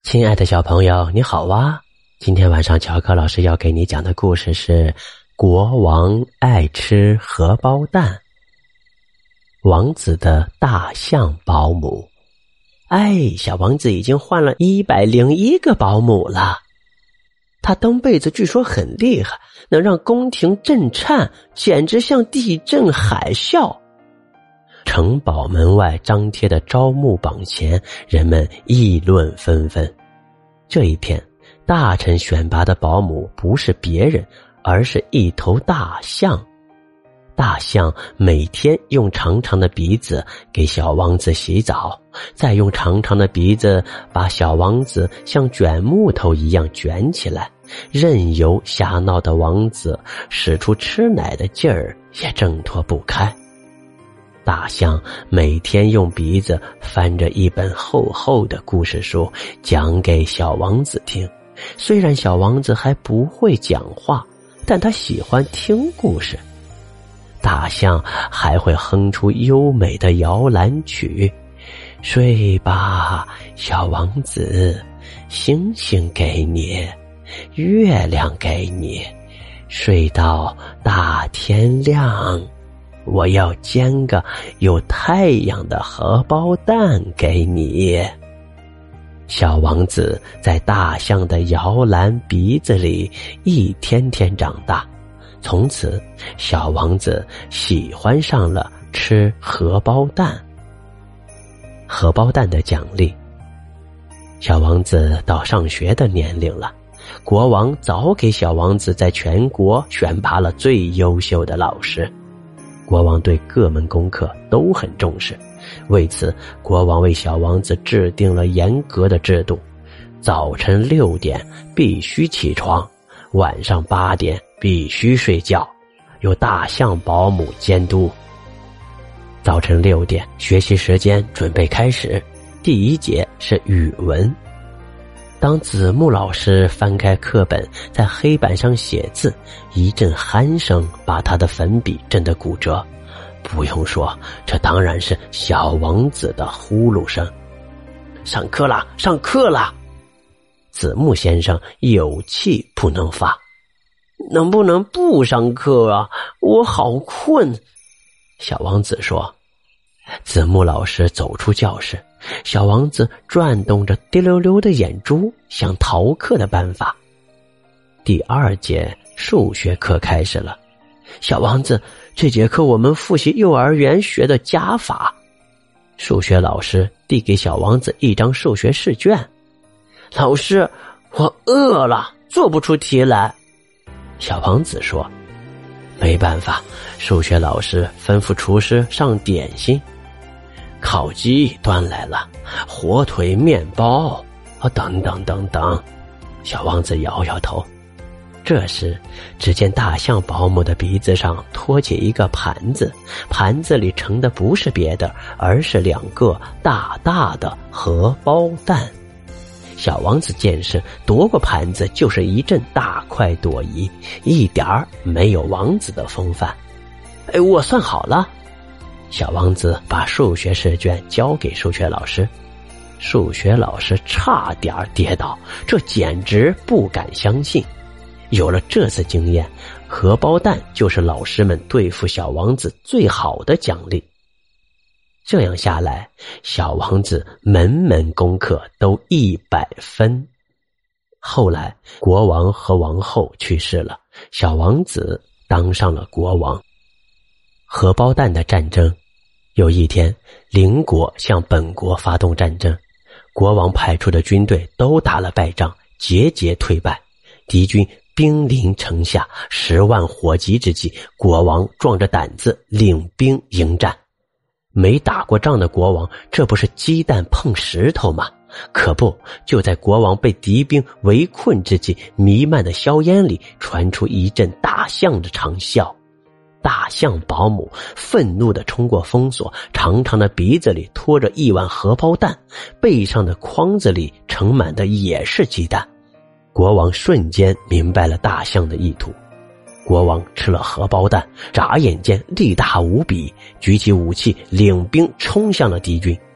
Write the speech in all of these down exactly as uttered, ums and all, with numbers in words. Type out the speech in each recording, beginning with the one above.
亲爱的小朋友，你好啊！今天晚上乔克老师要给你讲的故事是国王爱吃荷包蛋。王子的大象保姆。哎，小王子已经换了一百零一个保姆了。他蹬被子据说很厉害，能让宫廷震颤，简直像地震海啸。城堡门外张贴的招募榜前，人们议论纷纷。这一天，大臣选拔的保姆不是别人，而是一头大象。大象每天用长长的鼻子给小王子洗澡，再用长长的鼻子把小王子像卷木头一样卷起来，任由瞎闹的王子使出吃奶的劲儿也挣脱不开。大象每天用鼻子翻着一本厚厚的故事书讲给小王子听，虽然小王子还不会讲话，但他喜欢听故事。大象还会哼出优美的摇篮曲，睡吧，小王子，星星给你，月亮给你，睡到大天亮，我要煎个有太阳的荷包蛋给你。小王子在大象的摇篮鼻子里一天天长大，从此小王子喜欢上了吃荷包蛋。荷包蛋的奖励。小王子到上学的年龄了，国王早给小王子在全国选拔了最优秀的老师。国王对各门功课都很重视，为此国王为小王子制定了严格的制度：早晨六点必须起床，晚上八点必须睡觉，由大象保姆监督。早晨六点，学习时间准备开始。第一节是语文。当子木老师翻开课本，在黑板上写字，一阵鼾声把他的粉笔震得骨折。不用说，这当然是小王子的呼噜声。上课啦，上课啦！子木先生有气不能发。能不能不上课啊？我好困。小王子说。子木老师走出教室，小王子转动着滴溜溜的眼珠，想逃课的办法。第二节数学课开始了。小王子，这节课我们复习幼儿园学的加法。数学老师递给小王子一张数学试卷。老师，我饿了，做不出题来。小王子说。没办法，数学老师吩咐厨师上点心。烤鸡端来了，火腿面包，哦，等等等等。小王子摇摇头。这时，只见大象保姆的鼻子上托起一个盘子，盘子里盛的不是别的，而是两个大大的荷包蛋。小王子见势，夺过盘子就是一阵大快朵颐，一点儿没有王子的风范。哎，我算好了。小王子把数学试卷交给数学老师。数学老师差点跌倒，这简直不敢相信。有了这次经验，荷包蛋就是老师们对付小王子最好的奖励。这样下来，小王子门门功课都一百分。后来，国王和王后去世了，小王子当上了国王。荷包蛋的战争。有一天，邻国向本国发动战争，国王派出的军队都打了败仗，节节退败，敌军兵临城下，十万火急之际，国王壮着胆子领兵迎战。没打过仗的国王，这不是鸡蛋碰石头吗？可不，就在国王被敌兵围困之际，弥漫的硝烟里传出一阵大象的长啸。大象保姆愤怒地冲过封锁，长长的鼻子里拖着一碗荷包蛋，背上的筐子里盛满的也是鸡蛋。国王瞬间明白了大象的意图。国王吃了荷包蛋，眨眼间力大无比，举起武器领兵冲向了敌军。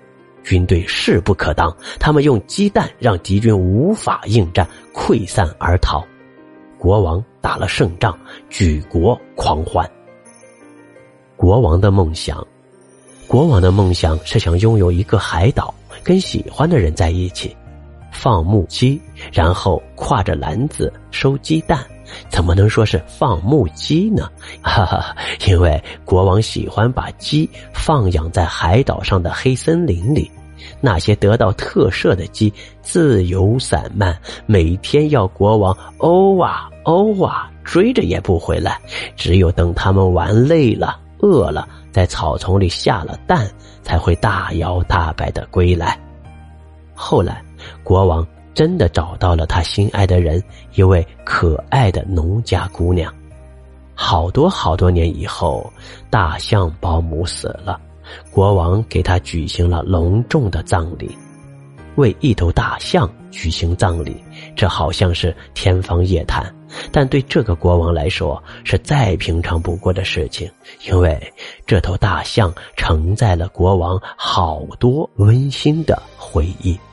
军队势不可当，他们用鸡蛋让敌军无法应战，溃散而逃。国王打了胜仗，举国狂欢。国王的梦想，国王的梦想是想拥有一个海岛，跟喜欢的人在一起，放牧鸡，然后挎着篮子收鸡蛋。怎么能说是放牧鸡呢？哈哈，因为国王喜欢把鸡放养在海岛上的黑森林里，那些得到特赦的鸡自由散漫，每天要国王哦啊哦啊追着也不回来，只有等他们玩累了饿了，在草丛里下了蛋，才会大摇大摆地归来。后来国王真的找到了他心爱的人，一位可爱的农家姑娘。好多好多年以后，大象保姆死了，国王给他举行了隆重的葬礼。为一头大象举行葬礼，这好像是天方夜谭，但对这个国王来说是再平常不过的事情，因为这头大象承载了国王好多温馨的回忆。